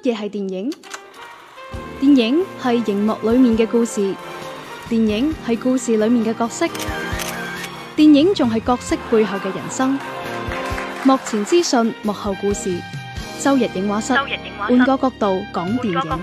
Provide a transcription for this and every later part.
嘢係電影？電影係熒幕裏面嘅故事，電影係故事裏面嘅角色，電影仲係角色背後嘅人生。幕前資訊，幕後故事。周日映畫室，換個角度講電影。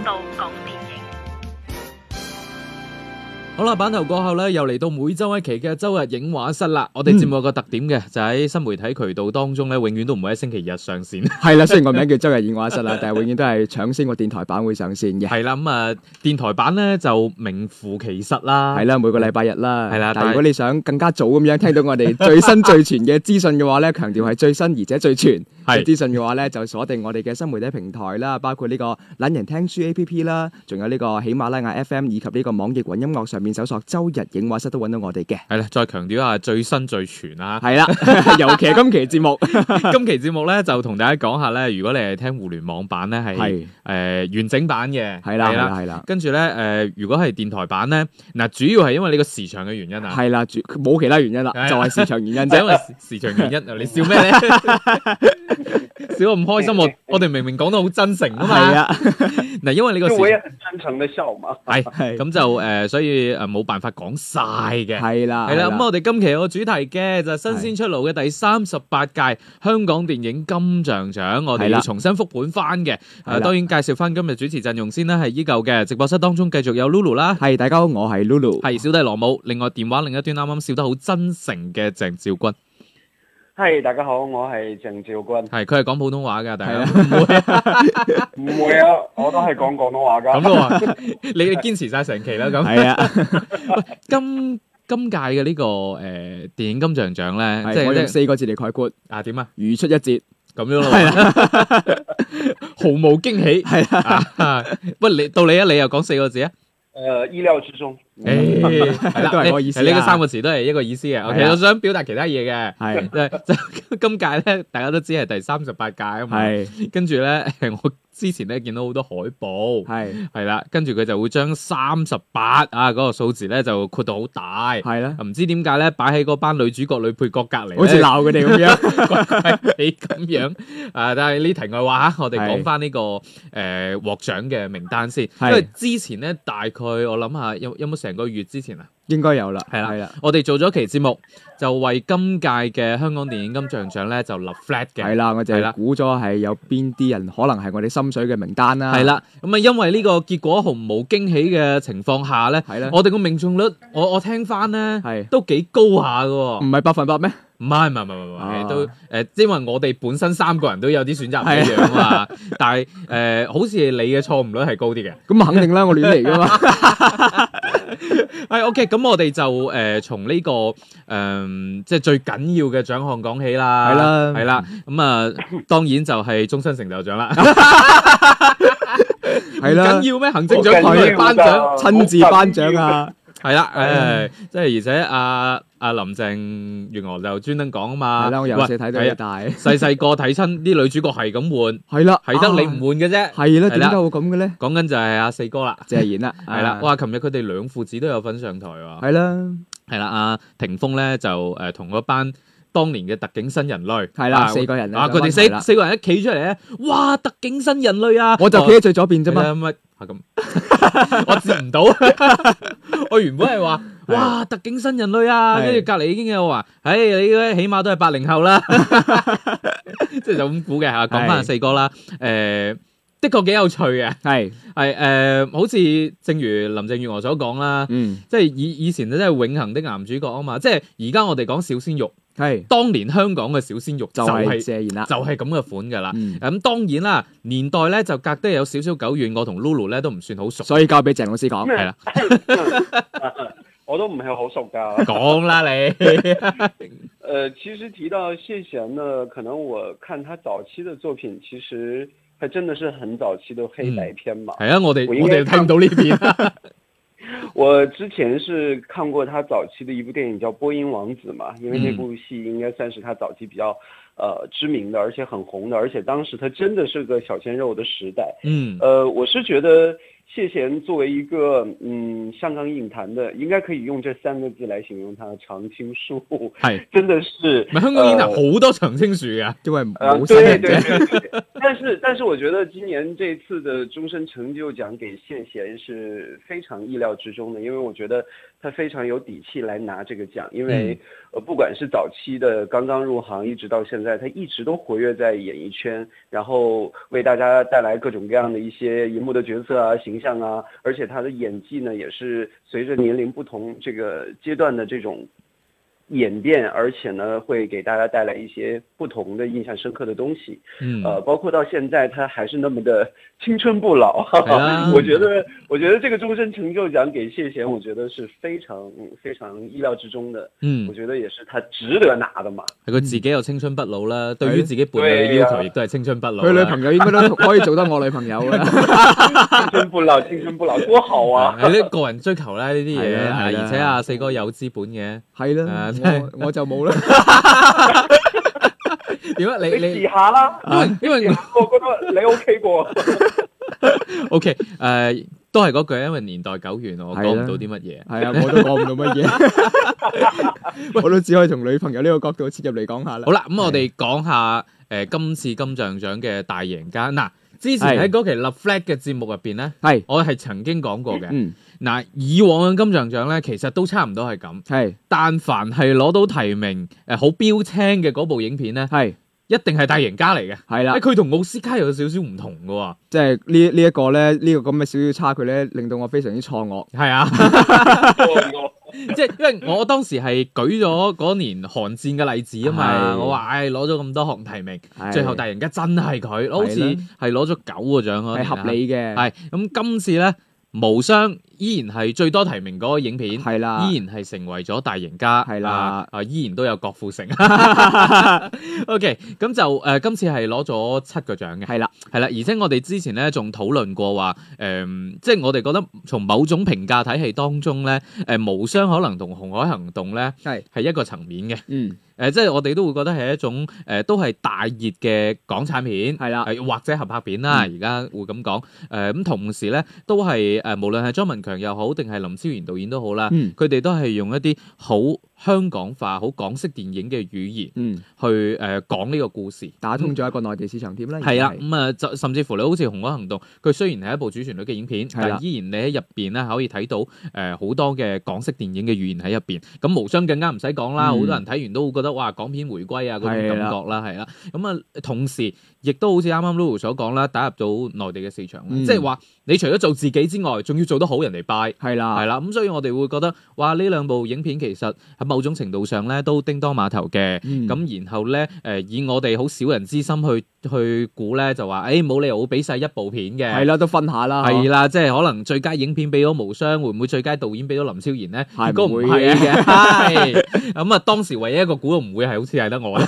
好啦，版頭過後咧，又嚟到每周一期嘅周日映畫室啦。我哋節目有個特點嘅，就喺新媒體渠道當中咧，永遠都唔會喺星期日上線。 係啦，雖然個名叫周日映畫室啦，但係永遠都係搶先個電台版會上線嘅。 係啦，咁啊，電台版咧就名副其實啦。 係啦，每個禮拜日啦。 係啦， 但係如果你想更加早咁樣聽到我哋最新最全嘅資訊嘅話咧，強調係最新而且最全嘅資訊嘅話咧，就鎖定我哋嘅新媒體平台啦，包括呢個懶人聽書 A.P.P 啦，仲有呢個喜馬拉雅 F.M 以及呢個網易雲音樂上面搜索周日映畫室都揾到我哋嘅。 係啦，再強調一下最新最全啦。 係啦，尤其係今期節目， 今期節目咧就同大家講下咧，如果你係聽互聯網版咧係完整版嘅， 係啦。 跟住咧如果係電台版咧，嗱主要係因為呢個時長嘅原因啊。 係啦，冇其他原因啦，就係時長原因啫。 就因為時長原因，你笑咩咧？笑我唔開心，我哋明明講得好真誠啊嘛。係啊，嗱，因為呢個我也很真誠的笑嘛。 係咁就所以冇辦法講晒嘅。 係啦， 咁我哋今期有個主題嘅就係新鮮出爐嘅第38屆香港電影金像獎，我哋要重新復盤翻嘅。當然介紹翻今日主持陣容先啦，係依舊嘅。直播室當中繼續有 Lulu 啦。 係，大家好，我係 Lulu。 係小弟羅姆。另外電話另一端啱啱笑得好真誠嘅鄭兆君。 係，大家好，我係鄭兆君。 係，佢係講普通話㗎，大家唔會啊，我都係講廣東話㗎。 咁都話，你堅持晒成期啦，咁。係啊。今屆嘅呢個電影金像獎咧，即係我用4個字嚟概括啊，點啊？ 如出一轍。 咁樣咯，毫無驚喜。係啊。喂，到你啊，你又講4個字啊？ 意料之中。 係啦， 都係嗰個意思。 呢個3個詞都係一個意思嘅。我其實想表達其他嘢嘅。係，今屆咧，大家都知係第38屆啊嘛。係。跟住咧，我之前咧見到好多海報。係啦，跟住佢就會將38嗰個數字咧就括到好大。係啦。唔知點解咧，擺喺嗰班女主角女配角隔離， 好似鬧佢哋咁樣。 你咁樣但係呢題外話嚇，我哋講翻呢個獲獎嘅名單先。因為之前咧大概我諗下有冇成個月之前啊？ 應該有啦， 係啦。我哋做咗期節目，就為今屆嘅香港電影金像獎咧就立 flag 嘅。係啦， 我就係估咗係有邊啲人可能係我哋心水嘅名單啦。 係啦，咁啊因為呢個結果毫無驚喜嘅情況下咧，我哋個命中率我聽翻咧都幾高下㗎。 唔係100%咩？ 唔係，都因為我哋本身3個人都有啲選擇唔一樣啊嘛。但係好似你嘅錯誤率係高啲嘅。 咁肯定啦，我亂嚟㗎嘛。 係 OK， 咁我哋就從呢個即係最緊要嘅獎項講起啦。係啦，咁啊當然就係終身成就獎啦。係啦，緊要咩？行政長官頒獎， 親自頒獎啊！ 係啦，即係而且阿林鄭月娥就專登講啊嘛。 係啦，我由細睇到大， 細個睇親啲女主角係咁換， 係啦， 係得你唔換嘅啫。 係啦，點解會咁嘅咧？ 講緊就係阿四哥啦， 謝賢啦， 係啦。哇，琴日佢哋兩父子都有份上台喎。 係啦， 阿霆鋒咧就同嗰班當年嘅特警新人類係啦，4個人佢哋四個人一企出嚟咧，哇！特警新人類啊， 我就企喺最左邊啫嘛。 咁，我接唔到。我原本係話，哇！特警新人類啊，跟住隔離已經有話，你咧起碼都係80後啦，即係就咁估嘅嚇。講翻4個啦，的確幾有趣嘅，係好似正如林鄭月娥所講啦，即係以前真係永恆的男主角啊嘛，即係而家我哋講小鮮肉。係當年香港嘅小鮮肉就係謝賢啦，就係咁嘅款噶啦。咁當然啦，年代咧就隔得有少少久遠，我同 Lulu 咧都唔算好熟， 所以交俾鄭老師講。係啦， 我都唔係好熟噶。 講啦你。 其實提到謝賢呢，可能我看他早期的作品，其實係真的是很早期的黑白片嘛。係啊， 我哋聽到呢邊。 我之前是看過他早期的一部電影叫《播音王子》嘛，因為那部戲應該算是他早期比較知名的，而且很紅的，而且當時他真的是個小鮮肉的時代。我是覺得謝賢作為一個香港影壇的，應該可以用這3個字來形容他的常青樹，係真的是。 香港影壇好多常青樹啊， 因為冇新人啫。 但是我觉得今年这次的终身成就奖给谢贤是非常意料之中的，因为我觉得他非常有底气来拿这个奖，因为不管是早期的刚刚入行一直到现在，他一直都活跃在演艺圈，然后为大家带来各种各样的一些荧幕的角色啊、形象啊，而且他的演技呢也是随着年龄不同这个阶段的这种演变，而且呢会给大家带来一些不同的印象深刻的东西。包括到现在他还是那么的青春不老。我觉得这个终身成就奖给谢贤，我觉得是非常非常意料之中的。我覺得也是他值得拿的嘛。 係佢自己又青春不老啦，對於自己伴侶嘅要求亦都係青春不老。 佢女朋友應該都可以做得我女朋友啦。 青春不老，青春不老，多好啊！ 係呢個人追求啦呢啲嘢，而且阿四哥有資本嘅。 係啦，我就冇啦。 點解你試下啦？ 因為我覺得你 OK 過。 OK， 都係嗰句，因為年代久遠，我講唔到啲乜嘢。 係啊，我都講唔到乜嘢。我都只可以從女朋友呢個角度切入嚟講下啦。 好啦，咁我哋講下今次金像獎嘅大贏家。嗱，之前喺嗰期立 flag 嘅節目入邊咧，我係曾經講過嘅。嗱，以往嘅金像獎咧，其實都差唔多係咁。但凡係攞到提名好標青嘅嗰部影片咧，一定係大贏家嚟嘅。係啦，佢同奧斯卡又有少少唔同嘅喎。即係呢一個咧，呢個咁嘅少少差距咧，令到我非常之錯愕。 係啊，即係因為我當時係舉咗嗰年韓戰嘅例子啊嘛，我話攞咗咁多項提名，最後大贏家真係佢，好似係攞咗9個獎咯， 係合理嘅。 係咁今次咧，無雙依然係最多提名嗰個影片，係啦，依然係成為咗大贏家，係啦，依然都有郭富城。OK， 咁就今次係攞咗7個獎嘅，係啦，而且我哋之前咧仲討論過話，即係我哋覺得從某種評價體系當中咧，無雙可能同紅海行動咧係一個層面嘅，即係我哋都會覺得係一種都係大熱嘅港產片，係啦，或者合拍片啦，而家會咁講，咁同時咧都係無論係莊文強又好，定係林超賢導演都好啦，佢哋都係用一啲好香港化、好港式電影嘅語言，去講呢個故事， 打通咗一個內地市場添啦。 係啊，咁啊，就甚至乎你好似《紅海行動》，佢雖然係一部主旋律嘅影片，但依然你喺入邊咧可以睇到好多嘅港式電影嘅語言喺入邊。咁無雙更加唔使講啦，好多人睇完都會覺得哇，港片回歸啊嗰種感覺啦，係啦。咁啊，同時亦都好似啱啱 Lulu 所講啦，打入到內地嘅市場，即係話你除咗做自己之外，仲要做得好人哋拜，係啦。咁所以我哋會覺得哇，呢兩部影片其實喺某種程度上咧都叮當碼頭嘅。咁然後咧以我哋好小人之心去估咧，就話冇理由會俾晒一部片嘅， 係啦，都分下啦， 係啦，即係可能最佳影片俾咗無雙，會唔會最佳導演俾咗林超賢咧？ 係唔會嘅，係咁啊！當時唯一一個估都唔會係好似係得我啦。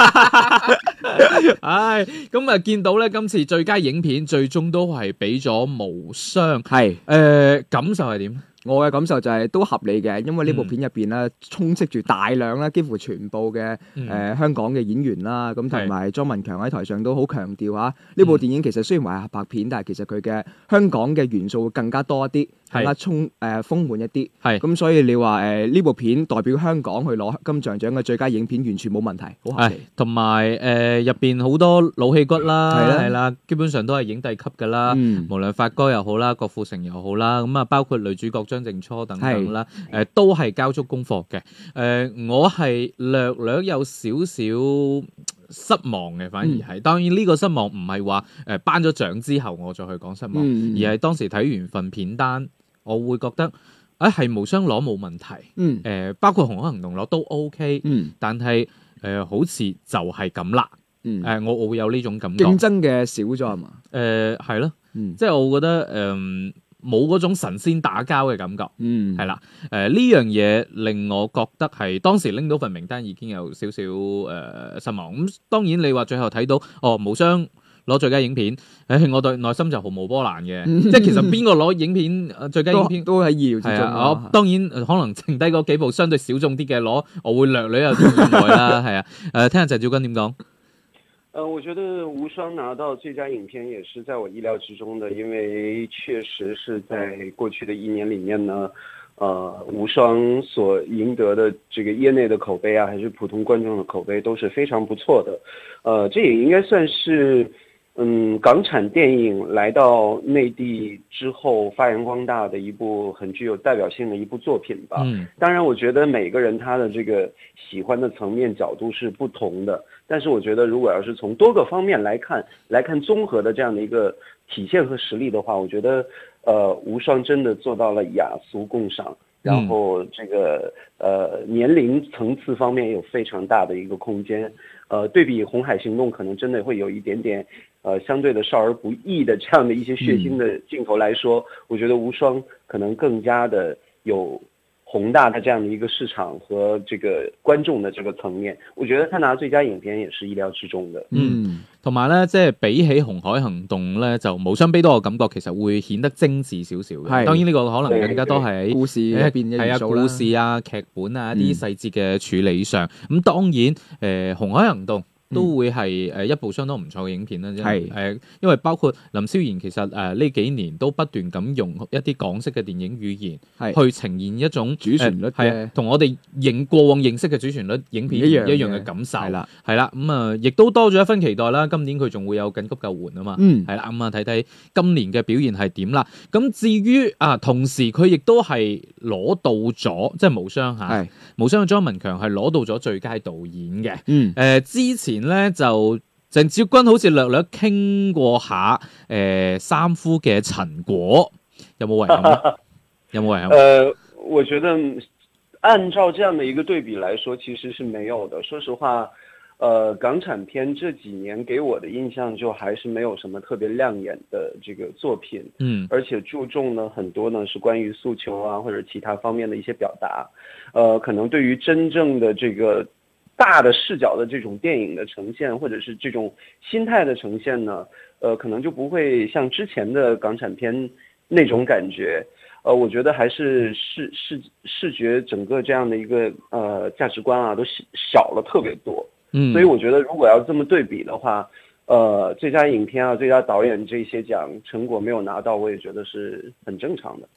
咁啊見到咧今次最佳影片最終都係俾咗無雙，係感受係點？ 我嘅感受就係都合理嘅，因為呢部片入邊咧充斥住大量咧，幾乎全部嘅香港嘅演員啦，咁同埋莊文強喺台上都好強調嚇，呢部電影其實雖然話係合拍片，但係其實佢嘅香港嘅元素會更加多一啲，更加豐滿一啲。係咁，所以你話呢部片代表香港去攞金像獎嘅最佳影片，完全冇問題，好合理。 同埋入邊好多老戲骨啦，係啦，基本上都係影帝級㗎啦，無論發哥又好啦，郭富城又好啦，咁啊包括女主角張靜初等等啦，都係交足功課嘅。我係略有少少失望嘅，反而係。當然呢個失望唔係話頒咗獎之後我再去講失望，而係當時睇完份片單，我會覺得係無雙攞冇問題，包括紅海行動攞都 OK，但係好似就係咁啦。我會有呢種感覺。 競爭嘅少咗係嘛？ 係咯，即係我覺得冇嗰種神仙打交嘅感覺，係啦，呢樣嘢令我覺得係當時拎到份名單已經有少少失望。咁當然你話最後睇到無雙攞最佳影片，我對內心就毫無波瀾嘅，即係其實邊個攞影片最佳影片都喺意料之中。 我當然可能剩低嗰幾部相對小眾啲嘅攞，我會略有啲意外啦，係啊，聽下謝兆君點講。 我覺得無雙拿到最佳影片也是在我意料之中的，因為確實是在過去的1年裡面呢，無雙所贏得的這個業內的口碑啊，還是普通觀眾的口碑都是非常不錯的，這也應該算是港产电影来到内地之后发扬光大的一部很具有代表性的一部作品吧。当然我觉得每个人他的这个喜欢的层面角度是不同的，但是我觉得如果要是从多个方面来看综合的这样的一个体现和实力的话，我觉得无双真的做到了雅俗共赏，然后这个年龄层次方面也有非常大的一个空间。对比红海行动可能真的会有一点点相对的少儿不宜的这样的一些血腥的镜头来说，我觉得无双可能更加的有宏大的这样的一个市场和这个觀眾嘅這個層面，我覺得他拿最佳影片也是意料之中的。 同埋咧，即係比起紅海行動咧，就無雙悲多嘅感覺其實會顯得精緻少少嘅。當然呢個可能更加多係故事入邊嘅元素啦， 故事啊、劇本啊一啲細節嘅處理上。咁當然紅海行動都會係一部相當唔錯嘅影片啦，因為包括林超賢其實呢幾年都不斷咁用一啲港式嘅電影語言去呈現一種主旋律嘅， 同我哋過往認識嘅主旋律影片一樣嘅感受，係啦，咁亦都多咗一分期待啦。今年佢仲會有緊急救援啊嘛，係啦，咁睇睇今年嘅表現係點啦。咁至於同時佢亦都係攞到咗，即係無雙嚇，無雙嘅莊文強係攞到咗最佳導演嘅，之前咧就鄭少君好似略略傾過下三夫嘅陳果，有冇遺憾？有冇遺憾？ 我覺得按照這樣的一個對比來說，其實是沒有的。說實話，港產片這幾年給我的印象就還是沒有什麼特別亮眼的這個作品，而且注重呢很多呢是關於訴求啊或者其他方面的一些表達，可能對於真正的這個大的視角的這種電影的呈現，或者是這種心態的呈現呢，可能就不會像之前的港產片那種感覺。我覺得還是視覺整個這樣的一個價值觀啊，都小了特別多。所以我覺得如果要這麼對比的話，最佳影片啊、最佳導演這些獎成果沒有拿到，我也覺得是很正常的。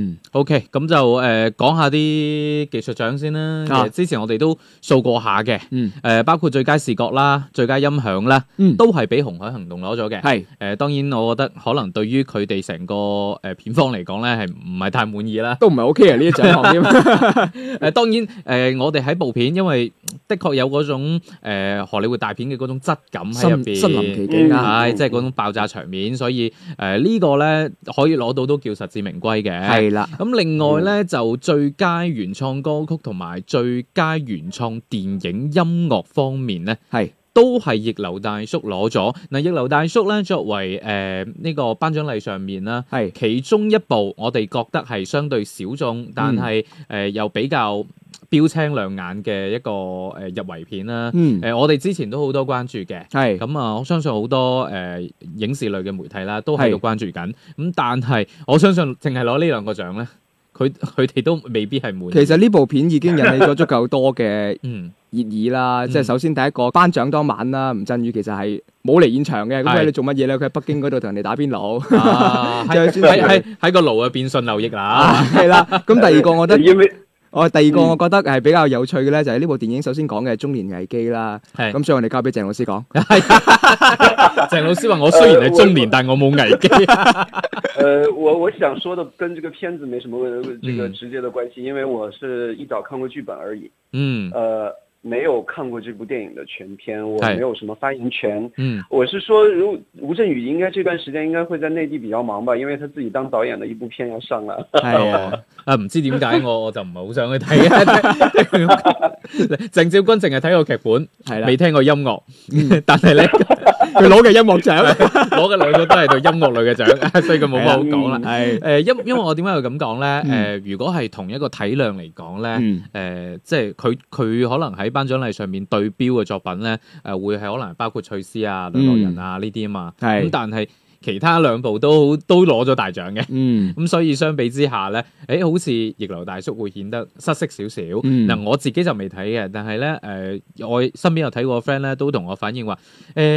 OK， 咁就講下啲技術獎先啦。其實之前我哋都數過下嘅，包括最佳視覺啦、最佳音響啦，都係俾紅海行動攞咗嘅。係當然我覺得可能對於佢哋成個片方嚟講咧係唔係太滿意啦， 都唔係 OK 啊呢啲獎項添。 當然我哋喺部片，因為的確有嗰種荷里活大片嘅嗰種質感喺入邊， 身臨其境啊， 即係嗰種爆炸場面，所以呢個咧可以攞到都叫實至名歸嘅。 係啦， 咁另外咧就最佳原創歌曲同埋最佳原創電影音樂方面咧，都係逆流大叔攞咗。逆流大叔咧作為呢個頒獎禮上面啦，其中一部我哋覺得係相對小眾，但係又比較標青亮眼嘅一個入圍片啦。我哋之前都好多關注嘅，咁我相信好多影視類嘅媒體啦都喺度關注緊。咁但係我相信淨係攞呢兩個獎咧，佢哋都未必係滿意。 其實呢部片已經引起咗足夠多嘅熱議啦。即係首先第一個頒獎當晚啦，吳鎮宇其實係冇嚟現場嘅，咁你做乜嘢咧？佢喺北京嗰度同人哋打邊爐，喺個爐入邊順流益啦。係啦，咁第二個我覺得。第二個我覺得係比較有趣嘅咧，就係呢部電影首先講嘅中年危機啦。咁所以我哋交俾鄭老師講。 鄭老師話：我雖然係中年，但我冇危機。 我想說的跟這個片子沒什麼這個直接的關係，因為我是一早看過劇本而已。沒有看過這部電影的全片，我沒有什麼發言權。我是說，吳鎮宇應該這段時間應該會在內地比較忙吧，因為他自己當導演的一部片要上了。 唔知點解我就唔係好想去睇。鄭少君淨係睇過劇本，未聽過音樂，但係咧佢攞嘅音樂獎，攞嘅兩個都係對音樂類嘅獎，所以佢冇乜好講啦。因為我點解會咁講咧？如果係同一個體量嚟講咧，即係佢可能喺頒獎禮上面對標嘅作品咧，會係可能包括翠絲啊、兩個人啊呢啲啊嘛。咁但係其他兩部都攞咗大獎嘅。咁所以相比之下咧，好似逆流大叔會顯得失色少少。嗱，我自己就未睇嘅，但係咧我身邊有睇過 friend 咧，都同我反映話，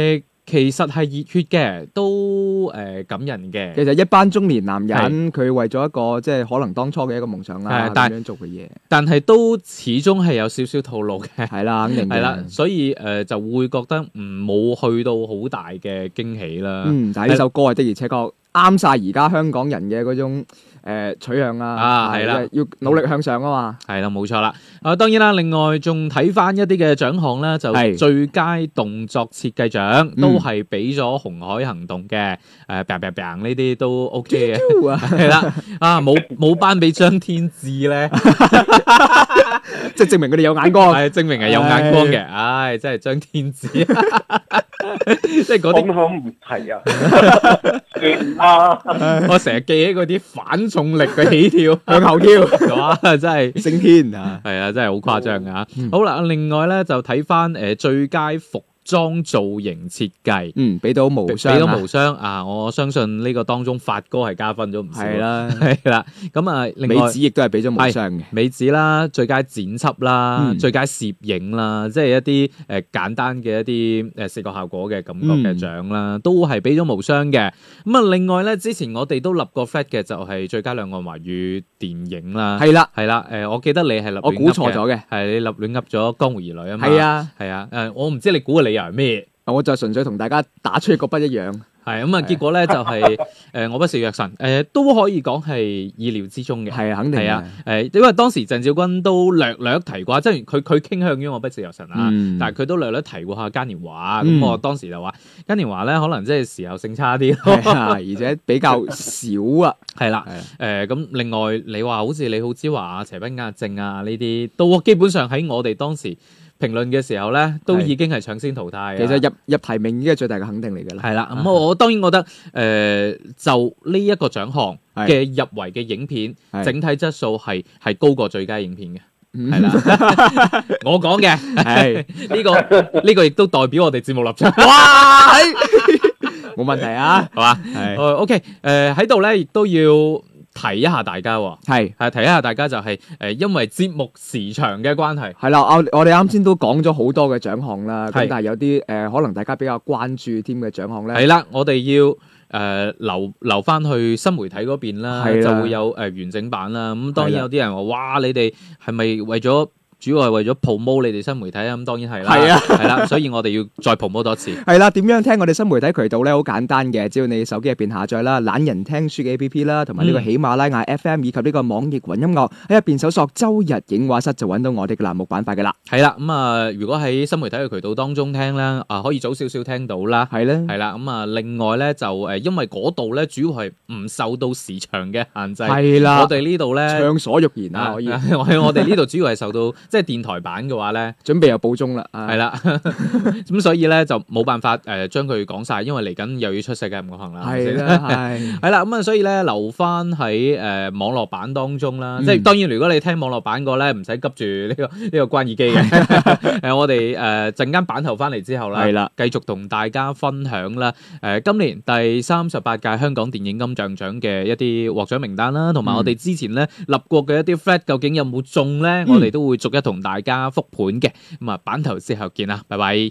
其實係熱血嘅，都感人嘅。 其實一班中年男人，佢為咗一個即係可能當初嘅一個夢想啦，咁樣做嘅嘢， 但係都始終係有少少套路嘅。 係啦，肯定係啦，所以就會覺得冇去到好大嘅驚喜啦。 但係呢首歌係的而且確啱晒而家香港人嘅嗰種取向啊， 係啦， 要努力向上啊嘛。 係啦，冇錯啦。當然啦，另外仲睇翻一啲嘅獎項咧，就最佳動作設計獎都係俾咗紅海行動嘅，bang bang bang 呢啲都 OK 嘅，係啦。冇頒俾張天志咧， 即係證明佢哋有眼光， 係證明係有眼光嘅。唉，真係張天志，即係嗰啲可唔係啊？ 我成日記起嗰啲反重力嘅起跳、 向後跳， 哇！真係升天啊！ 係啊，真係好誇張㗎。好啦，另外咧就睇翻最佳服裝造型設計， 俾到無雙， 俾到無雙啊！我相信呢個當中發哥係加分咗唔少， 係啦， 係啦。咁啊，另外美子亦都係俾咗無雙嘅， 美子啦，最佳剪輯啦，最佳攝影啦，即係一啲簡單嘅一啲視覺效果嘅感覺嘅獎啦，都係俾咗無雙嘅。咁啊，另外咧，之前我哋都立過 flag 嘅就係最佳兩岸華語電影啦， 係啦， 係啦。我記得你係立， 我估錯咗嘅， 係你立亂噏咗《江湖兒女》啊嘛， 係啊， 係啊。我唔知你估嘅理由係咩？ 我就純粹同大家打出一個不一樣。 係咁啊，結果咧就係我不是藥神，都可以講係意料之中嘅。 係啊，肯定係啊。因為當時鄭少君都略略提過，即係佢傾向於我不是藥神啊，但係佢都略略提過下嘉年華。咁我當時就話嘉年華咧，可能即係時候性差啲， 而且比較少啊。 係啦，咁另外你話好似李浩之華啊、邪不壓正啊呢啲，都基本上喺我哋當時評論嘅時候咧，都已經係搶先淘汰。 其實入提名已經係最大嘅肯定嚟㗎啦。 係啦，咁我當然覺得就呢一個獎項嘅入圍嘅影片，整體質素係高過最佳影片嘅。係啦，我講嘅係呢個亦都代表我哋節目立場。 哇，冇問題啊， 係嘛？係OK，喺度咧亦都要提一下大家，係提一下大家就係因為節目時長嘅關係， 係啦，我哋啱先都講咗好多嘅獎項啦，咁但係有啲可能大家比較關注添嘅獎項咧， 係啦，我哋要留翻去新媒體嗰邊啦，就會有完整版啦。咁當然有啲人話，哇，你哋係咪為咗主要係為咗 promote 你哋新媒體啊？咁當然係啦，係啦，所以我哋要再 promote 多次。係啦，點樣聽我哋新媒體渠道咧？好簡單嘅，只要你手機入邊下載啦懶人聽書嘅 APP 啦，同埋呢個喜馬拉雅 FM 以及呢個網易雲音樂喺入邊搜索周日映畫室就揾到我哋嘅欄目板塊嘅啦。 係啦，咁如果喺新媒體嘅渠道當中聽咧，可以早少少聽到啦。係咧，係啦，咁另外咧就因為嗰度咧主要係唔受到時長嘅限制。係啦，我哋呢度咧暢所欲言啊，可以。 我哋呢度主要係受到即係電台版嘅話咧， 準備又報鐘啦， 係啦，咁所以咧就冇辦法將佢講晒，因為嚟緊又要出世界五行啦，係啦，係啦，咁所以咧留翻喺網絡版當中啦，即係當然如果你聽網絡版個咧，唔使急住呢個關耳機嘅，我哋陣間版頭翻嚟之後啦，係啦，繼續同大家分享啦，今年第38屆香港電影金像獎嘅一啲獲獎名單啦，同埋我哋之前咧立過嘅一啲 flag 究竟有冇中咧，我哋都會逐一同大家復盤嘅。咁啊，版頭之後見啦，拜拜。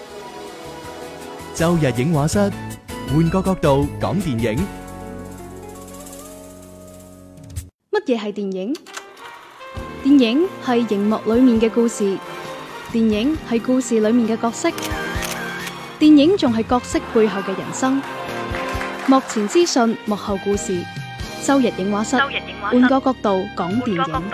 周日映畫室，換個角度講電影。 乜嘢係電影？電影係熒幕裏面嘅故事，電影係故事裏面嘅角色，電影仲係角色背後嘅人生。幕前資訊，幕後故事。周日映畫室，換個角度講電影。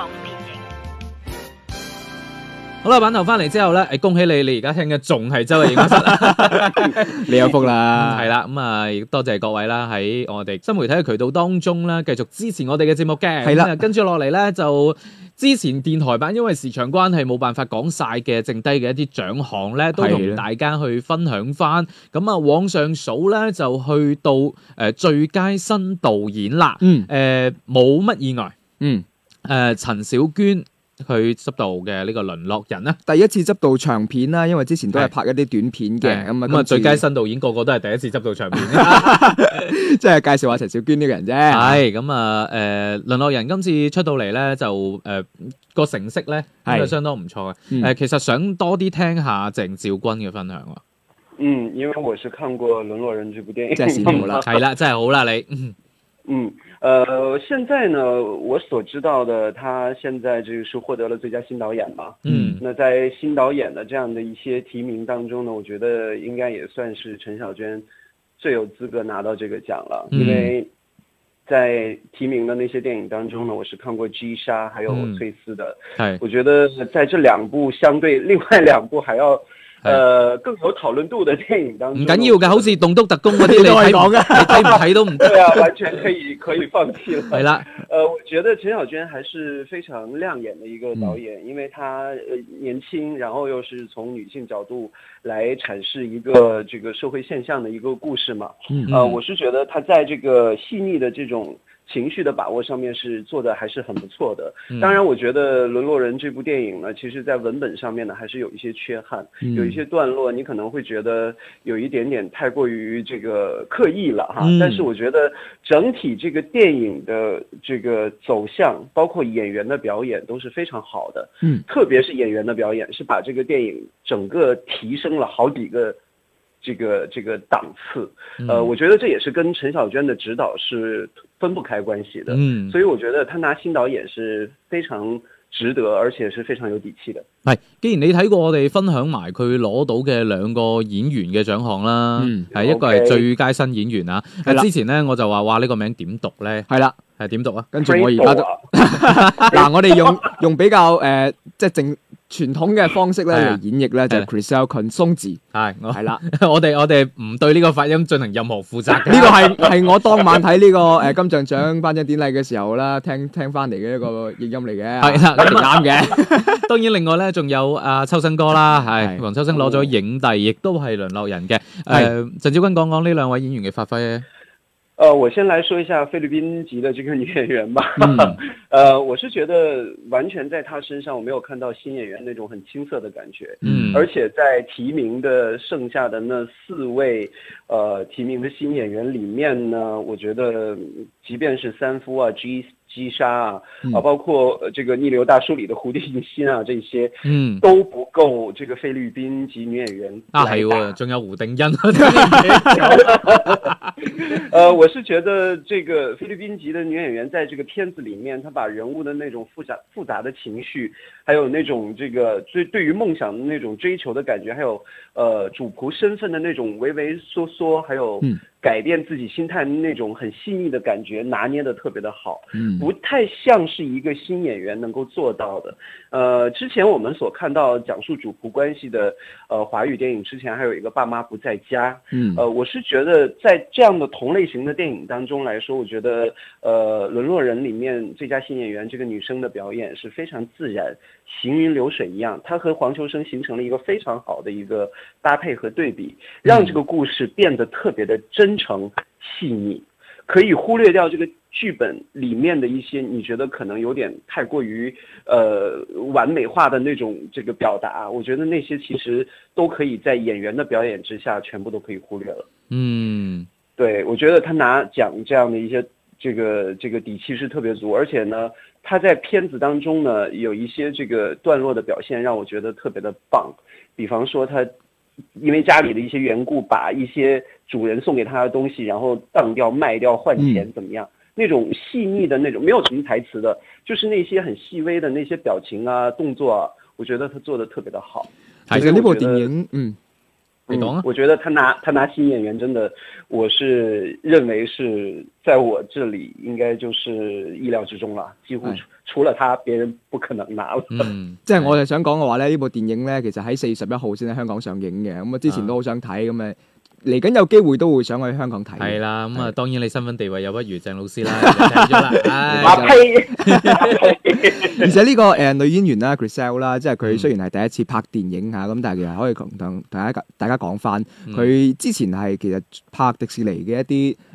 好啦，版頭翻嚟之後咧，恭喜你！你而家聽嘅仲係周日映畫室， 你有福啦， 係啦，咁啊，亦多謝各位啦，喺我哋新媒體嘅渠道當中啦，繼續支持我哋嘅節目嘅，係啦，跟住落嚟咧就之前電台版因為時長關係冇辦法講晒嘅，剩低嘅一啲獎項咧，都同大家去分享翻。咁啊，往上數咧就去到最佳新導演啦，冇乜意外，陳小娟。佢執導嘅呢個《淪落人》咧， 第一次執導長片啦，因為之前都係拍一啲短片嘅，咁啊最佳新導演個個都係第一次執導長片， 即係介紹下陳小娟呢個人啫。 係咁啊，淪落人今次出到嚟咧，就個成績咧，係相當唔錯嘅。其實想多啲聽下鄭少君嘅分享喎。 因为我是看过《沦落人》这部电影， 真係羨慕啦係啦，真係好啦你。 现在呢，我所知道的，他现在就是获得了最佳新导演嘛。那在新导演的这样的一些提名当中呢，我觉得应该也算是陈小娟最有资格拿到这个奖了，因为在提名的那些电影当中呢，我是看过《G 杀》还有《翠丝》的。我觉得在这两部相对另外两部还要更有討論度的電影當中， 唔緊要嘅，好似棟篤特工嗰啲，你睇唔睇都唔對啊，完全可以放棄了。 係啦， 我覺得陳小娟還是非常亮眼的一個導演，因為她年輕，然後又是從女性角度來闡釋一個這個社會現象的一個故事嘛。我是覺得她在這個細膩的這種情緒的把握上面是做的還是很不錯的。當然我覺得《淪落人》這部電影呢，其實在文本上面呢還是有一些缺憾，有一些段落你可能會覺得有一點點太過於這個刻意了哈。但是我覺得整體這個電影的這個走向，包括演員的表演都是非常好的。特別是演員的表演是把這個電影整個提升了好幾個這個檔次。我覺得這也是跟陳小娟的指導是分不開關係的。所以我覺得他拿新導演是非常值得，而且是非常有底氣的。 係，既然你睇過我哋分享埋佢攞到嘅兩個演員嘅獎項啦，係一個係最佳新演員啊。之前咧我就話呢個名點讀咧？係啦，係點讀啊？跟住我而家都嗱，我哋用比較即係正傳統嘅方式咧嚟演繹咧，就係 Chriselle Consonzi。係啦， 我哋唔對呢個發音進行任何負責嘅。 呢個係我當晚睇呢個金像獎頒獎典禮嘅時候啦，聽翻嚟嘅一個譯音嚟嘅。係啦，啱嘅。 當然另外咧仲有秋生哥啦，係黃秋生攞咗影帝，亦都係淪落人嘅。陳昭君講講呢兩位演員嘅發揮。 我先來說一下菲律賓籍的這個女演員吧。我是覺得完全在她身上我沒有看到新演員那種很青澀的感覺。而且在提名的剩下的那4位提名的新演員裡面呢，我覺得即便是三夫啊、G 莎啊，包括這個逆流大叔裡的胡定欣啊，這些都不夠這個菲律賓籍女演員啊，係喎，仲有胡定欣。 我是覺得這個菲律賓籍的女演員在這個片子裡面，她把人物的那種複雜的情緒，還有那種這個對於夢想的那種追求的感覺，還有主僕身份的那種畏畏縮縮，還有改變自己心態的那種很細膩的感覺，拿捏得特別的好，不太像是一個新演員能夠做到的。之前我們所看到講述主僕關係的華語電影之前，還有一個爸媽不在家。我是覺得在這樣的同類型的電影當中來說，我覺得淪落人裡面最佳新演員這個女生的表演是非常自然，行雲流水一樣，她和黃秋生形成了一個非常好的一個搭配和對比，讓這個故事變得特別的真誠細膩，可以忽略掉這個劇本裡面的一些你覺得可能有點太過於完美化的那種這個表達，我覺得那些其實都可以在演員的表演之下全部都可以忽略了。對，我覺得他拿獎這樣的一些這個底氣是特別足，而且呢他在片子當中呢有一些這個段落的表現讓我覺得特別的棒，比方說他因為家裡的一些緣故把一些主人送給他的東西然後當掉賣掉換錢怎麼樣，那種細膩的那種沒有什麼台詞的，就是那些很細微的那些表情啊動作啊，我覺得他做得特別的好。 其實呢部電影你講啊， 我覺得他拿新演員真的，我是認為是在我這裡應該就是意料之中啦，幾乎除了他，別人不可能拿了。 即係我哋想講嘅話咧，呢部電影咧，其實喺4月11號先喺香港上映嘅，咁啊之前都好想睇，咁啊嚟緊有機會都會想去香港睇。 係啦，咁啊當然你身份地位又不如鄭老師啦，睇咗啦。 而且呢個女演員啦 Chriselle 啦，即係佢雖然係第一次拍電影嚇，咁但係其實可以同大家講翻，佢之前係其實拍迪士尼嘅一啲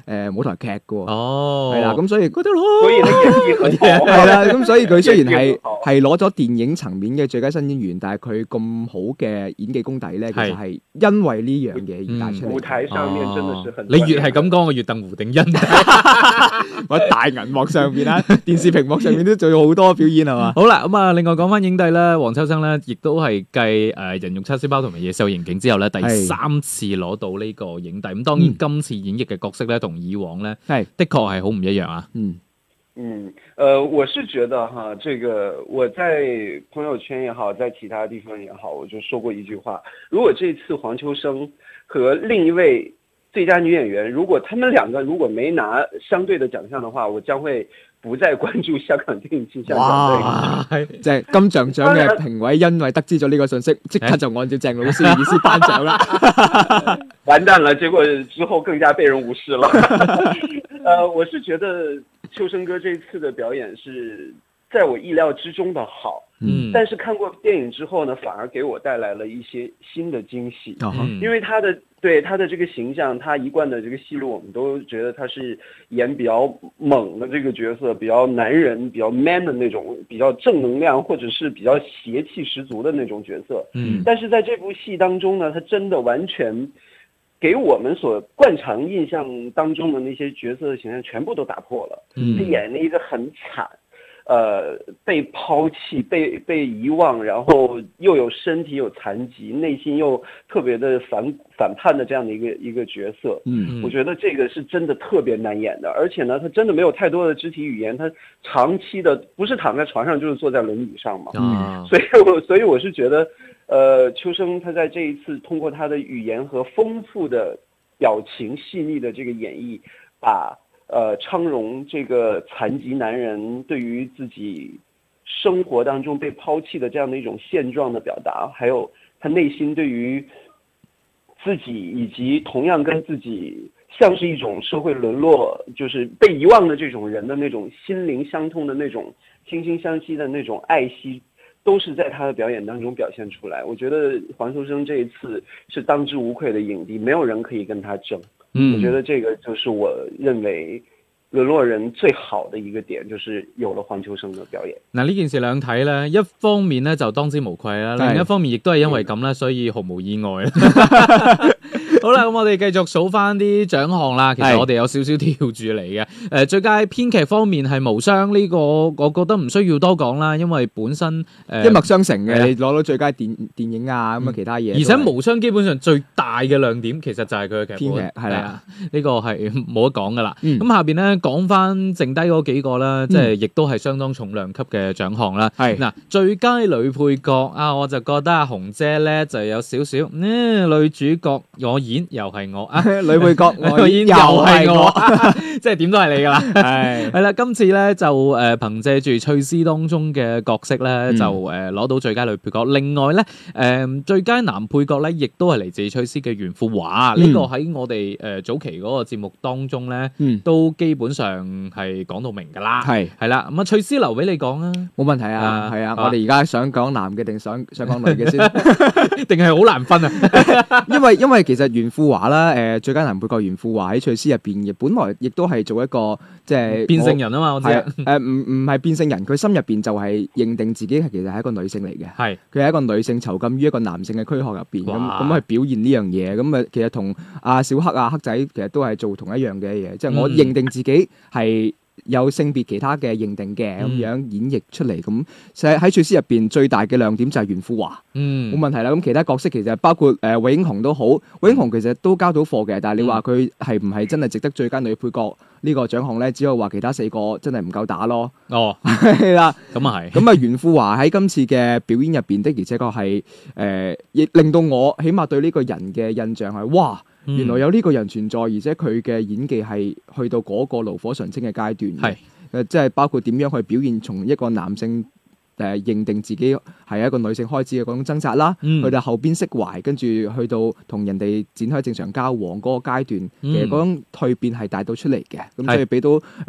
舞台劇嘅喎。 哦， 係啦，咁所以嗰條路， 所以呢演技很好。 係啦，咁所以佢雖然係演技很好係攞咗電影層面嘅最佳新演員，但係佢咁好嘅演技功底咧，其實係因為呢樣嘢而帶出嚟。 舞台上面真的是很。 你越係咁講，我越戥胡定欣。 我喺大銀幕上邊啦，電視屏幕上面都做咗好多表演係嘛。 好啦，咁啊，另外講翻影帝咧，黃秋生咧，亦都係繼人肉叉燒包同埋野獸刑警之後咧，第3次攞到呢個影帝。咁當然今次演繹嘅角色咧，同以往咧，的確係好唔一樣啊。 我是覺得哈，這個我在朋友圈也好，在其他地方也好，我就說過一句話：如果這次黃秋生和另一位最佳女演員，如果他們兩個如果沒拿相對的獎項的話，我將會不再關注香港電影金像獎。 係即係金像獎嘅評委，因為得知咗呢個信息，即刻就按照鄭老師嘅意思頒獎啦。 完蛋了，結果之後更加被人無視了。我是覺得秋生哥這次的表演是在我意料之中的好，但是看過電影之後呢，反而給我帶來了一些新的驚喜，因為他的這個形象，他一貫的這個戲路，我們都覺得他是演比較猛的這個角色，比較男人、比較 man 的那種，比較正能量，或者是比較邪氣十足的那種角色。但是在這部戲當中呢，他真的完全給我們所慣常印象當中的那些角色的形象全部都打破了。他演了一個很慘，被拋棄、被遺忘，然後又有身體有殘疾，內心又特別的反叛的這樣的一個角色。我覺得這個是真的特別難演的，而且呢，他真的沒有太多的肢體語言，他長期的不是躺在床上就是坐在輪椅上嘛。所以我是覺得。秋生他在這一次通過他的語言和豐富的表情細膩的這個演繹，把昌榮這個殘疾男人對於自己生活當中被拋棄的這樣的一種現狀的表達，還有他內心對於自己以及同樣跟自己像是一種社會淪落，就是被遺忘的這種人的那種心靈相通的那種惺惺相惜的那種愛惜，都是在他的表演當中表現出來。我覺得黃秋生這一次是當之無愧的影帝，沒有人可以跟他爭。我覺得這個就是我認為淪落人最好的一個點，就是有了黃秋生的表演。 嗱，呢件事兩睇咧，一方面咧就當之無愧啦，另一方面亦都係因為咁啦，所以毫無意外。好啦，咁我哋繼續數翻啲獎項啦。其實我哋有少少跳住嚟嘅。最佳編劇方面係無雙呢個，我覺得唔需要多講啦，因為本身一脈相承嘅，你攞到最佳電影啊咁啊其他嘢。而且無雙基本上最大嘅亮點其實就係佢嘅劇本， 編劇係啦， 呢個係冇得講噶啦。咁下邊咧講翻剩低嗰幾個啦，即係亦都係相當重量級嘅獎項啦。嗱，最佳女配角啊，我就覺得阿紅姐咧就有少少，女主角我演又係我啊， 女配角我演又係我， 即係點都係你噶啦。係啦，今次咧就憑借住翠絲當中嘅角色咧，就攞到最佳女配角。另外咧，最佳男配角咧，亦都係嚟自翠絲嘅袁富華。呢個喺我哋早期嗰個節目當中咧，都基本上係講到明噶啦。係啦，咁啊翠絲留俾你講啊， 冇問題啊。係啊，我哋而家想講男嘅定想講女嘅先， 定係好難分啊？ 因為其實袁富華啦，最佳男配角袁富華喺翠絲入邊嘅，本來亦都係做一個即係變性人啊嘛，我知唔係變性人，佢心入邊就係認定自己其實係一個女性嚟嘅，佢係一個女性囚禁於一個男性嘅軀殼入邊，咁去表現呢樣嘢，咁啊其實同阿小黑啊黑仔其實都係做同一樣嘅嘢，即係我認定自己係有性別其他嘅認定嘅咁樣演繹出嚟，咁喺翠絲入邊最大嘅亮點就係袁富華，冇問題啦。咁其他角色其實包括韋英雄都好，韋英雄其實都交到貨嘅，但係你話佢係唔係真係值得最佳女配角呢個獎項咧？只有話其他4個真係唔夠打咯。哦，係啦，咁啊係。咁啊袁富華喺今次嘅表演入邊的而且確係亦令到我起碼對呢個人嘅印象係哇！原來有呢個人存在，而且佢嘅演技係去到嗰個爐火純青嘅階段，即係包括點樣去表現從一個男性認定自己係一個女性開始嘅嗰種掙扎啦，去到後邊釋懷，跟住去到同人哋展開正常交往嗰個階段，其實嗰種蛻變係帶到出嚟嘅，咁所以俾到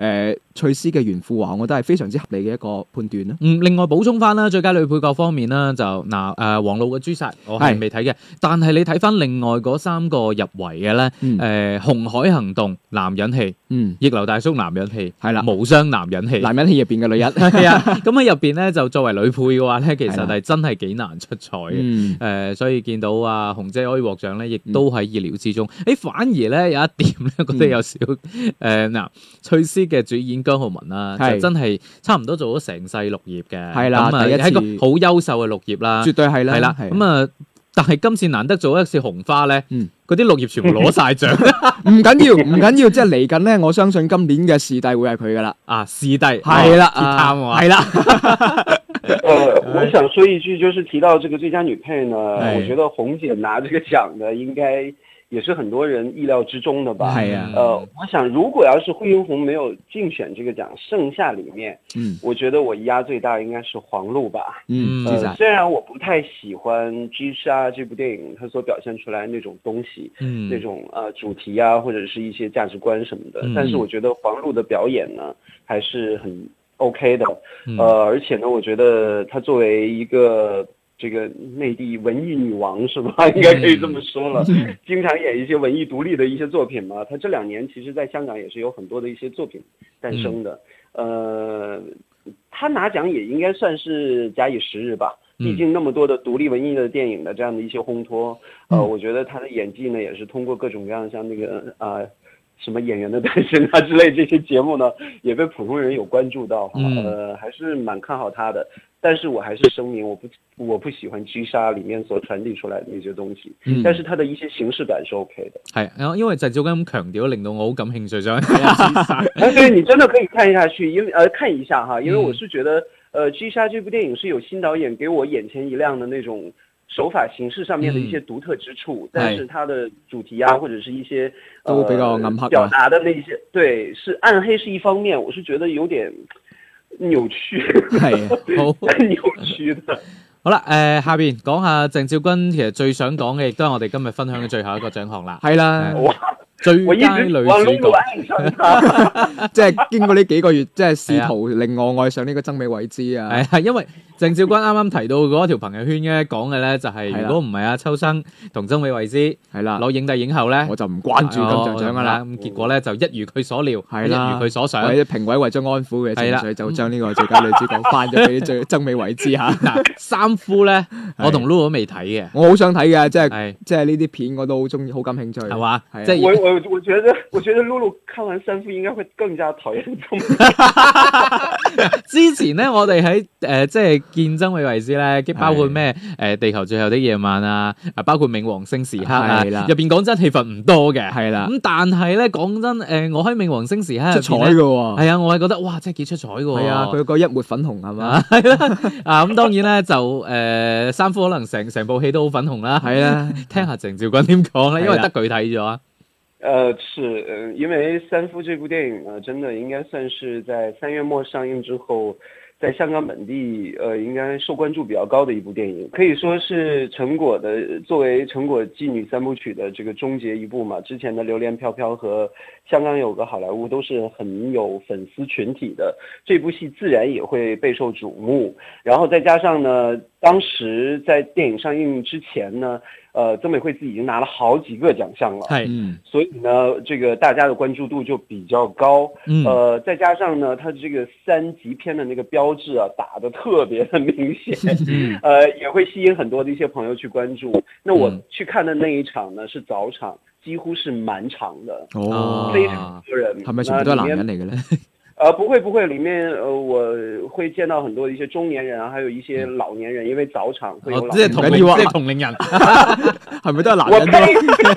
翠絲嘅炫富話，我覺得係非常之合理嘅一個判斷啦。 另外補充翻啦，最佳女配角方面啦，就黃璐嘅《誅殺》我係未睇嘅，但係你睇翻另外嗰3個入圍嘅咧，紅海行動男人戲，逆流大叔男人戲，係啦，無雙男人戲， 男人戲入邊嘅女人， 係啊，咁喺入邊咧就作為女配嘅話咧，其實係真係幾難出彩嘅，所以見到啊紅姐可以獲獎咧，亦都喺意料之中。反而咧有一點咧，覺得有少翠絲嘅主演姜浩文啦，就真係差唔多做咗成世綠葉嘅，係啦，係一個好優秀嘅綠葉啦， 絕對係啦， 係啦，咁啊，但係今次難得做一次紅花咧，嗰啲綠葉全部攞晒獎， 唔緊要，即係嚟緊咧，我相信今年嘅視帝會係佢噶啦， 視帝係啦， 係啦。 我想說一句，就是提到這個最佳女配呢，我覺得紅姐拿這個獎呢，應該也是很多人意料之中的吧。我想如果要是惠英紅沒有競選這個獎，剩下裡面，我覺得我壓最大應該是黃璐吧。雖然我不太喜歡《G 殺》這部電影，它所表現出來那種東西，那種主題啊，或者是一些價值觀什麼的，但是我覺得黃璐的表演呢，還是很OK 的。而且呢，我覺得她作為一個這個內地文藝女王是吧？應該可以這麼說了。經常演一些文藝獨立的一些作品嘛。她這2年其實在香港也是有很多的一些作品誕生的。她拿獎也應該算是假以時日吧。畢竟那麼多的獨立文藝的電影的這樣的一些烘托，我覺得她的演技呢，也是通過各種各樣像那個什麼演員的誕生啊之類這些節目呢，也被普通人有關注到，還是蠻看好他的。但是我還是聲明，我不喜歡《G 殺》裡面所傳遞出來的那些東西，但是它的一些形式感是 OK 的。係， 因為鄭少君咁強調，令到我好感興趣想睇下《G 殺》。 對，你真的可以看下去，因為看一下哈，因為我是覺得《G 殺》這部電影是有新導演給我眼前一亮的那種手法形式上面的一些獨特之處，但是它的主題啊，或者是一些都比較暗黑， 表達的那些，對，是暗黑是一方面，我是覺得有點扭曲，係好扭曲的。 好啦，下邊講下鄭少君其實最想講嘅，亦都係我哋今日分享嘅最後一個獎項啦。 係啦。 最佳女主角， 即係經過呢幾個月，即係試圖令我愛上呢個曾美慧孜啊！ 係因為鄭少君啱啱提到嗰條朋友圈咧講嘅咧，就係如果唔係阿秋生同曾美慧孜係啦攞影帝影后咧，我就唔關注金像獎噶啦。咁結果咧就一如佢所料，一如佢所想，評委為咗安撫嘅情緒，就將呢個最佳女主角頒咗俾曾美慧孜嚇。 嗱，三夫咧，我同 Lulu 都未睇嘅， 我好想睇嘅，即係呢啲片我都好中意，好感興趣，係嘛？ 即係。 我覺得露露看完三夫應該會更加討厭曾美。 之前咧，我哋喺即係見曾美慧孜咧，包括咩地球最後的夜晚啊，包括冥王星時刻啊，入邊講真戲份唔多嘅，係啦。咁但係咧講真，我喺冥王星時刻出彩嘅喎， 係啊，我係覺得哇，真係幾出彩嘅喎。 係啊，佢個一抹粉紅係嘛？ 係啦，咁當然咧就三夫可能成部戲都好粉紅啦。係啊，聽下鄭少君點講咧，因為得佢睇咗。 是，因為三夫這部電影呢，真的應該算是在3月末上映之後，在香港本地，應該受關注比較高的一部電影，可以說是成果的作為成果妓女三部曲的這個終結一部嘛。之前的《榴蓮飄飄》和香港有個好萊塢都是很有粉絲群體的，這部戲自然也會備受矚目。然後再加上呢，當時在電影上映之前呢，曾美慧孜已經拿了好幾個獎項了，所以呢，這個大家的關注度就比較高。再加上呢，它這個3級片的那個標誌啊，打得特別的明顯，也會吸引很多的一些朋友去關注。那我去看的那一場呢，是早場，幾乎是滿場的，非常多人。 係咪全部都係男人嚟嘅咧？ 不會，裡面我會見到很多一些中年人啊，還有一些老年人，因為早場會有老年人。 即係同齡人， 係咪都係男人？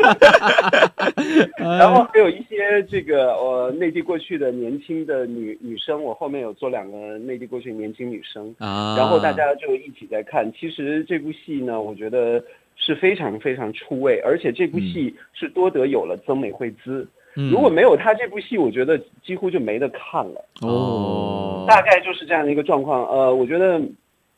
然後還有一些這個內地過去的年輕的女生，我後面有做2個內地過去的年輕女生，然後大家就一起在看。其實這部戲呢，我覺得是非常非常出位，而且這部戲是多得有了曾美慧孜。如果沒有他這部戲，我覺得幾乎就沒得看了。大概就是這樣的一個狀況。我覺得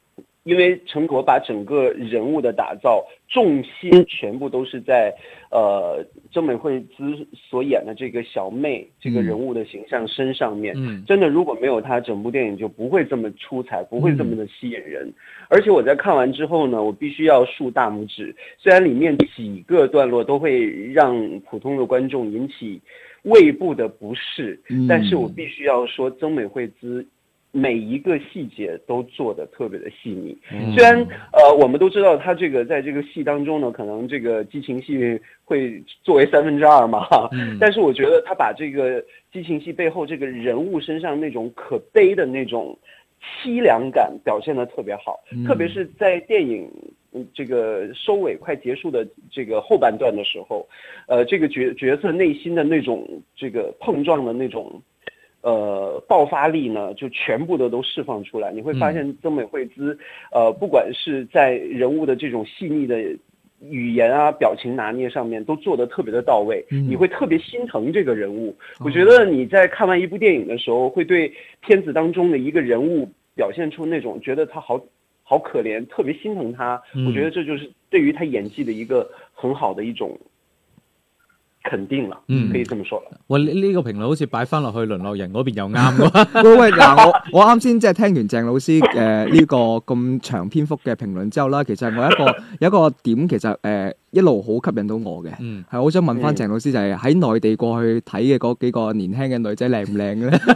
因为陈果把整个人物的打造重心全部都是在曾美惠孜所演的这个小妹这个人物的形象身上面。真的如果没有她，整部电影就不会这么出彩，不会这么的吸引人。而且我在看完之后呢，我必须要竖大拇指，虽然里面几个段落都会让普通的观众引起胃部的不适，但是我必须要说曾美惠孜每一个细节都做得特别的细腻。虽然我们都知道他这个在这个戏当中呢，可能这个激情戏会作为2/3嘛，但是我觉得他把这个激情戏背后这个人物身上那种可悲的那种凄凉感表现得特别好，特别是在电影这个收尾快结束的这个后半段的时候，这个角色内心的那种这个碰撞的那种爆发力呢，就全部的都释放出来。你会发现曾美惠孜不管是在人物的这种细腻的语言啊表情拿捏上面都做得特别的到位，你会特别心疼这个人物。我觉得你在看完一部电影的时候，会对片子当中的一个人物表现出那种觉得他好可怜，特别心疼他。我觉得这就是对于他演技的一个很好的一种肯定啦，可以這麼說啦。 喂，呢個評論好似擺翻落去淪落人嗰邊又啱喎。 喂，嗱，我啱先即係聽完鄭老師呢個咁長篇幅嘅評論之後啦，其實我有一個點其實一路好吸引到我嘅，係好想問翻鄭老師，就係喺內地過去睇嘅嗰幾個年輕嘅女仔靚唔靚咧？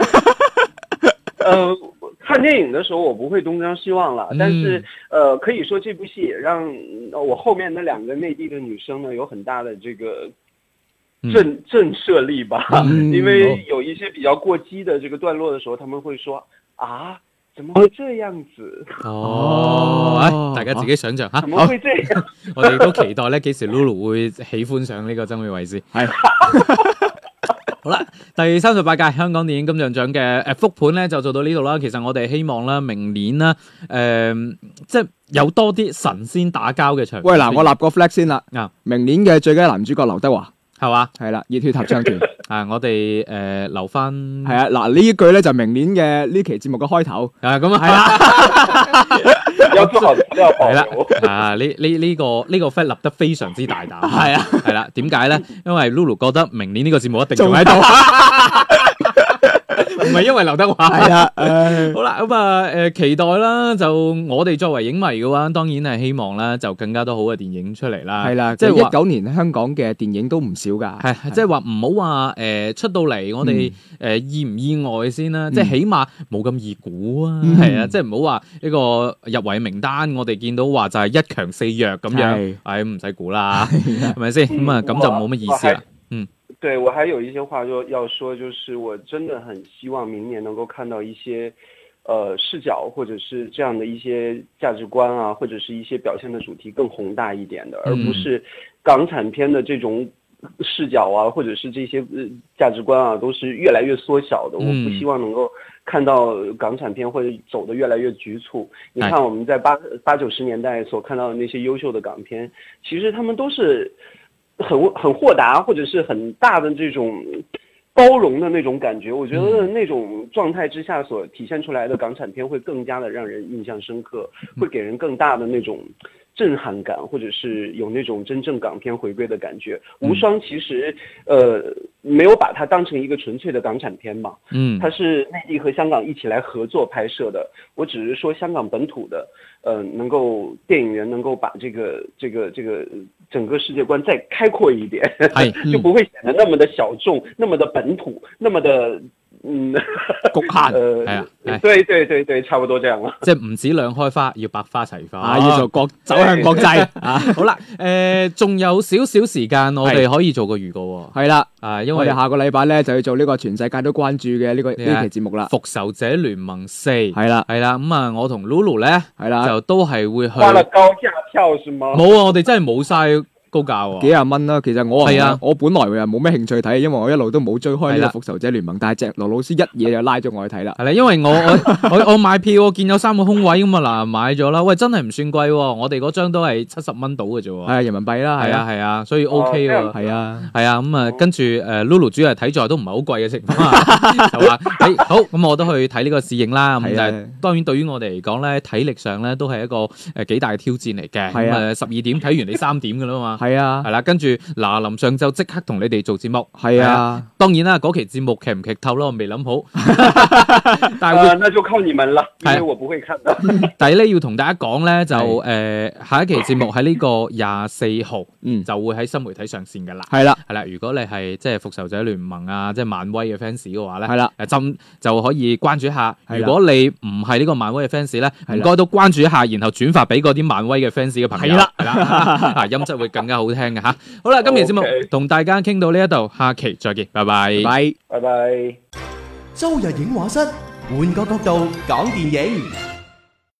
看電影的時候我不會東張西望了，但是可以說這部戲讓我後面那兩個內地的女生呢有很大的這個震懾力吧，因為有一些比較過激的這個段落的時候，他們會說啊，怎麼會這樣子？ 大家自己想象下， 怎麼會這樣？ 我哋都期待咧，幾時 Lulu 會喜歡上呢個曾美惠孜。係。好啦，第38屆香港電影金像獎嘅復盤咧就做到呢度啦。其實我哋希望啦，明年啦，即係有多啲神仙打交嘅場。 喂，嗱，我立個 flag 先啦。明年嘅最佳男主角劉德華。係嘛？係啦，熱血合唱團我哋留翻係啊，嗱呢一句咧就明年嘅呢期節目嘅開頭咁啊係啦， 有做好係啦呢個 flag 立得非常之大膽，係啦，點解咧？因為 Lulu 覺得明年呢個節目一定仲喺度。唔係因為劉德華係啦，好啦咁啊期待啦，就我哋作為影迷嘅話，當然係希望啦，就更加多好嘅電影出嚟啦。 係啦，即係19年香港嘅電影都唔少㗎。 係即係話唔好話出到嚟，我哋意唔意外先啦，即係起碼冇咁易估啊。係啊，即係唔好話呢個入圍名單，我哋見到話就係1強4弱咁樣，唔使估啦，係咪先？咁啊咁就冇乜意思啦。 對，我還有一些話要說，就是我真的很希望明年能夠看到一些視角或者是這樣的一些價值觀啊，或者是一些表現的主題更宏大一點的，而不是港產片的這種視角啊，或者是這些價值觀啊，都是越來越縮小的。我不希望能夠看到港產片會走得越來越局促。你看我們在80-90年代所看到的那些優秀的港片，其實他們都是很豁達，或者是很大的這種包容的那種感覺。我覺得那種狀態之下所體現出來的港產片會更加的讓人印象深刻，會給人更大的那種震撼感，或者是有那種真正港片回歸的感覺。無雙其實沒有把它當成一個純粹的港產片嘛，它是內地和香港一起來合作拍攝的。我只是說香港本土的能夠電影人能夠把這個整個世界觀再開闊一點，就不會顯得那麼的小眾，那麼的本土，那麼的局限。 對，差不多這樣啦。 即係唔止兩開花，要百花齊放， 要做走向國際。 好啦，仲有少少時間，我哋可以做個預告。 係啦， 因為我哋下個禮拜咧就要做呢個全世界都關注嘅呢期節目啦，《 復仇者聯盟4》。 係啦， 咁啊，我同 Lulu 咧，係啦，就都係會去。 花了高價票是嗎？ 冇啊，我哋真係冇晒高價喎， 幾廿蚊啦。其實係啊我本來又冇咩興趣睇，因為我一路都冇追開係啦呢個復仇者聯盟，但係隻羅老師一嘢就拉咗我去睇啦。 係啦，因為我買票，我見有3個空位咁啊，嗱買咗啦。喂，真係唔算貴喎，我哋嗰張都係70蚊到嘅啫喎。 係人民幣啦， 係啊係啊，所以 OK 喎。 係啊。 係啊，咁啊，跟住Lulu 主要係睇在都唔係好貴嘅情況下，就話好，咁我都去睇呢個試映啦。咁係啊但係當然對於我哋嚟講咧，體力上咧都係一個幾大嘅挑戰嚟嘅。 係啊咁12點睇完你3點㗎啦嘛。 係啊係啦，跟住嗱臨上晝即刻同你哋做節目。 係啊， 當然啦，嗰期節目劇唔劇透咯，我未諗好。但係那就靠你們了，因為我不會看的。 但係咧要同大家講咧，就下一期節目喺呢個24號，就會喺新媒體上線㗎啦。 係啦， 係啦，如果你係即係復仇者聯盟啊，即係漫威嘅 fans 嘅話咧， 係啦， 就可以關注一下。 係啦如果你唔係呢個漫威嘅 fans 咧， 係啦唔該都關注一下，然後轉發俾嗰啲漫威嘅 fans 嘅朋友。 係啦， 係啦，啊音質會更加好聽嘅嚇。好啦，今期節目 OK 同大家傾到呢一度，下期再見，拜拜。 拜。 拜拜。 周日影畫室，換個角度講電影。